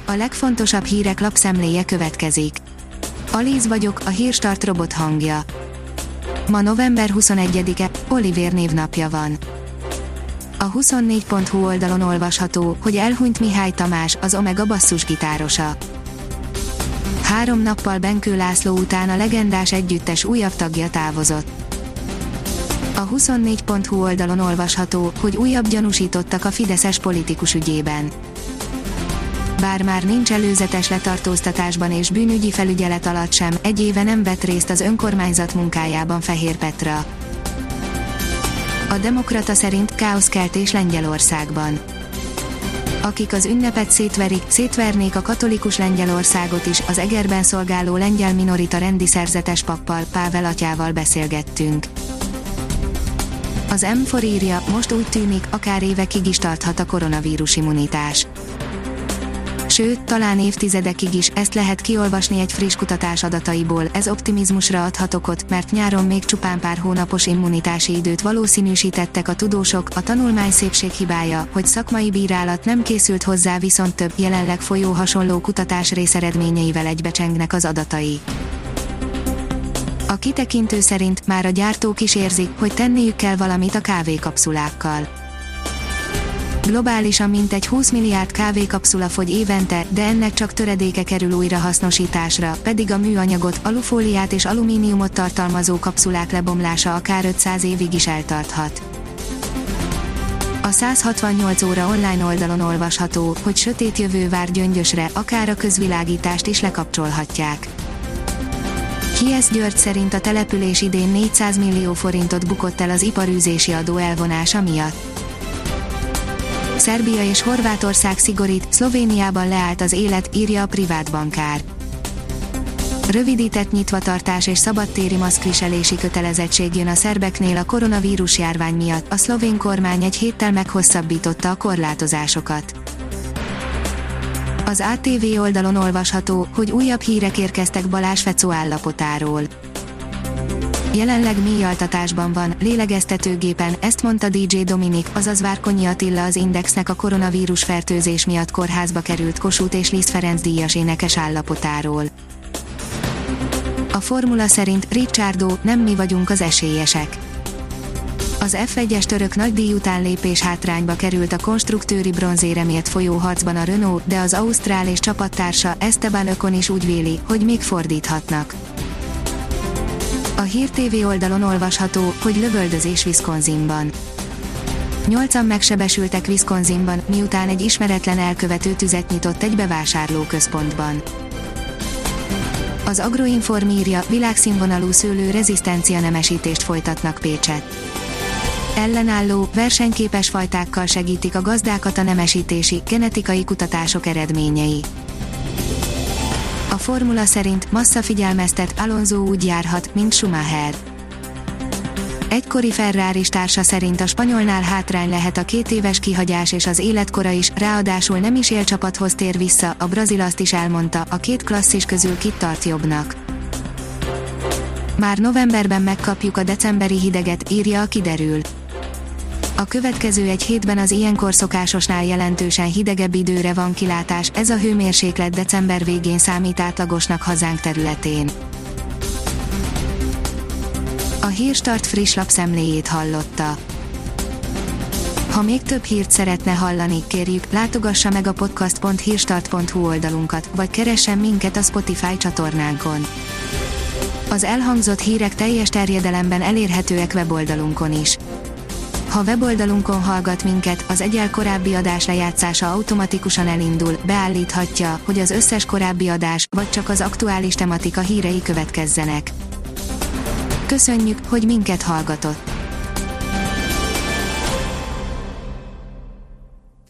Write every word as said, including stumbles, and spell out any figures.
A legfontosabb hírek lapszemléje következik. Alíz vagyok, a Hírstart robot hangja. Ma november huszonegyedike, Olivér névnapja van. A huszonnégy pont hu oldalon olvasható, hogy elhunyt Mihály Tamás, az Omega basszusgitárosa. Három nappal Benkő László után a legendás együttes újabb tagja távozott. A huszonnégy pont hu oldalon olvasható, hogy újabb gyanúsítottak a fideszes politikus ügyében. Bár már nincs előzetes letartóztatásban és bűnügyi felügyelet alatt sem, egy éve nem vett részt az önkormányzat munkájában Fehér Petra. A Demokrata szerint káoszkeltés Lengyelországban. Akik az ünnepet szétverik, szétvernék a katolikus Lengyelországot is, az Egerben szolgáló lengyel minorita rendi szerzetes pappal, Pável atyával beszélgettünk. Az M négy írja, most úgy tűnik, akár évekig is tarthat a koronavírus immunitás. Sőt, talán évtizedekig is, ezt lehet kiolvasni egy friss kutatás adataiból, ez optimizmusra adhat okot, mert nyáron még csupán pár hónapos immunitási időt valószínűsítettek a tudósok, a tanulmány szépség hibája, hogy szakmai bírálat nem készült hozzá, viszont több, jelenleg folyó hasonló kutatás részeredményeivel egybecsengnek az adatai. A kitekintő szerint már a gyártók is érzik, hogy tenniük kell valamit a kávékapszulákkal. Globálisan mintegy húsz milliárd kávékapszula fogy évente, de ennek csak töredéke kerül újrahasznosításra, pedig a műanyagot, alufóliát és alumíniumot tartalmazó kapszulák lebomlása akár ötszáz évig is eltarthat. A száz hatvannyolc óra online oldalon olvasható, hogy sötét jövő vár Gyöngyösre, akár a közvilágítást is lekapcsolhatják. Kiesz György szerint a település idén négyszáz millió forintot bukott el az iparűzési adó elvonása miatt. Szerbia és Horvátország szigorít, Szlovéniában leállt az élet, írja a privát bankár. Rövidített nyitvatartás és szabadtéri maszkviselési kötelezettség jön a szerbeknél a koronavírus járvány miatt, a szlovén kormány egy héttel meghosszabbította a korlátozásokat. Az á té vé oldalon olvasható, hogy újabb hírek érkeztek Balázs Fecó állapotáról. Jelenleg mély altatásban van, lélegeztetőgépen, ezt mondta dé dzsé Dominik, azaz Várkonyi Attila az Indexnek a koronavírus fertőzés miatt kórházba került Kossuth és Liszt Ferenc díjas énekes állapotáról. A formula szerint Ricciardo, nem mi vagyunk az esélyesek. Az ef egyes török nagydíj után lépés hátrányba került a konstruktőri bronzéremért folyó harcban a Renault, de az ausztrál és csapattársa Esteban Ocon is úgy véli, hogy még fordíthatnak. A Hír té vé oldalon olvasható, hogy lövöldözés Wisconsinban. Nyolcan megsebesültek Wisconsinban, miután egy ismeretlen elkövető tüzet nyitott egy bevásárlóközpontban. Az Agroinform írja, világszínvonalú szőlő rezisztencia nemesítést folytatnak Pécset. Ellenálló, versenyképes fajtákkal segítik a gazdákat a nemesítési, genetikai kutatások eredményei. A formula szerint Massa figyelmeztet, Alonso úgy járhat, mint Schumacher. Egykori Ferraris társa szerint a spanyolnál hátrány lehet a két éves kihagyás és az életkora is, ráadásul nem is élcsapathoz tér vissza, a brazil azt is elmondta, a két klasszis közül kit tart jobbnak. Már novemberben megkapjuk a decemberi hideget, írja a Kiderül. A következő egy hétben az ilyenkor szokásosnál jelentősen hidegebb időre van kilátás, ez a hőmérséklet december végén számít átlagosnak hazánk területén. A Hírstart friss lapszemléjét hallotta. Ha még több hírt szeretne hallani, kérjük, látogassa meg a podcast pont hírstart pont hu oldalunkat, vagy keressen minket a Spotify csatornánkon. Az elhangzott hírek teljes terjedelemben elérhetőek weboldalunkon is. Ha weboldalunkon hallgat minket, az egyel korábbi adás lejátszása automatikusan elindul, beállíthatja, hogy az összes korábbi adás, vagy csak az aktuális tematika hírei következzenek. Köszönjük, hogy minket hallgatott!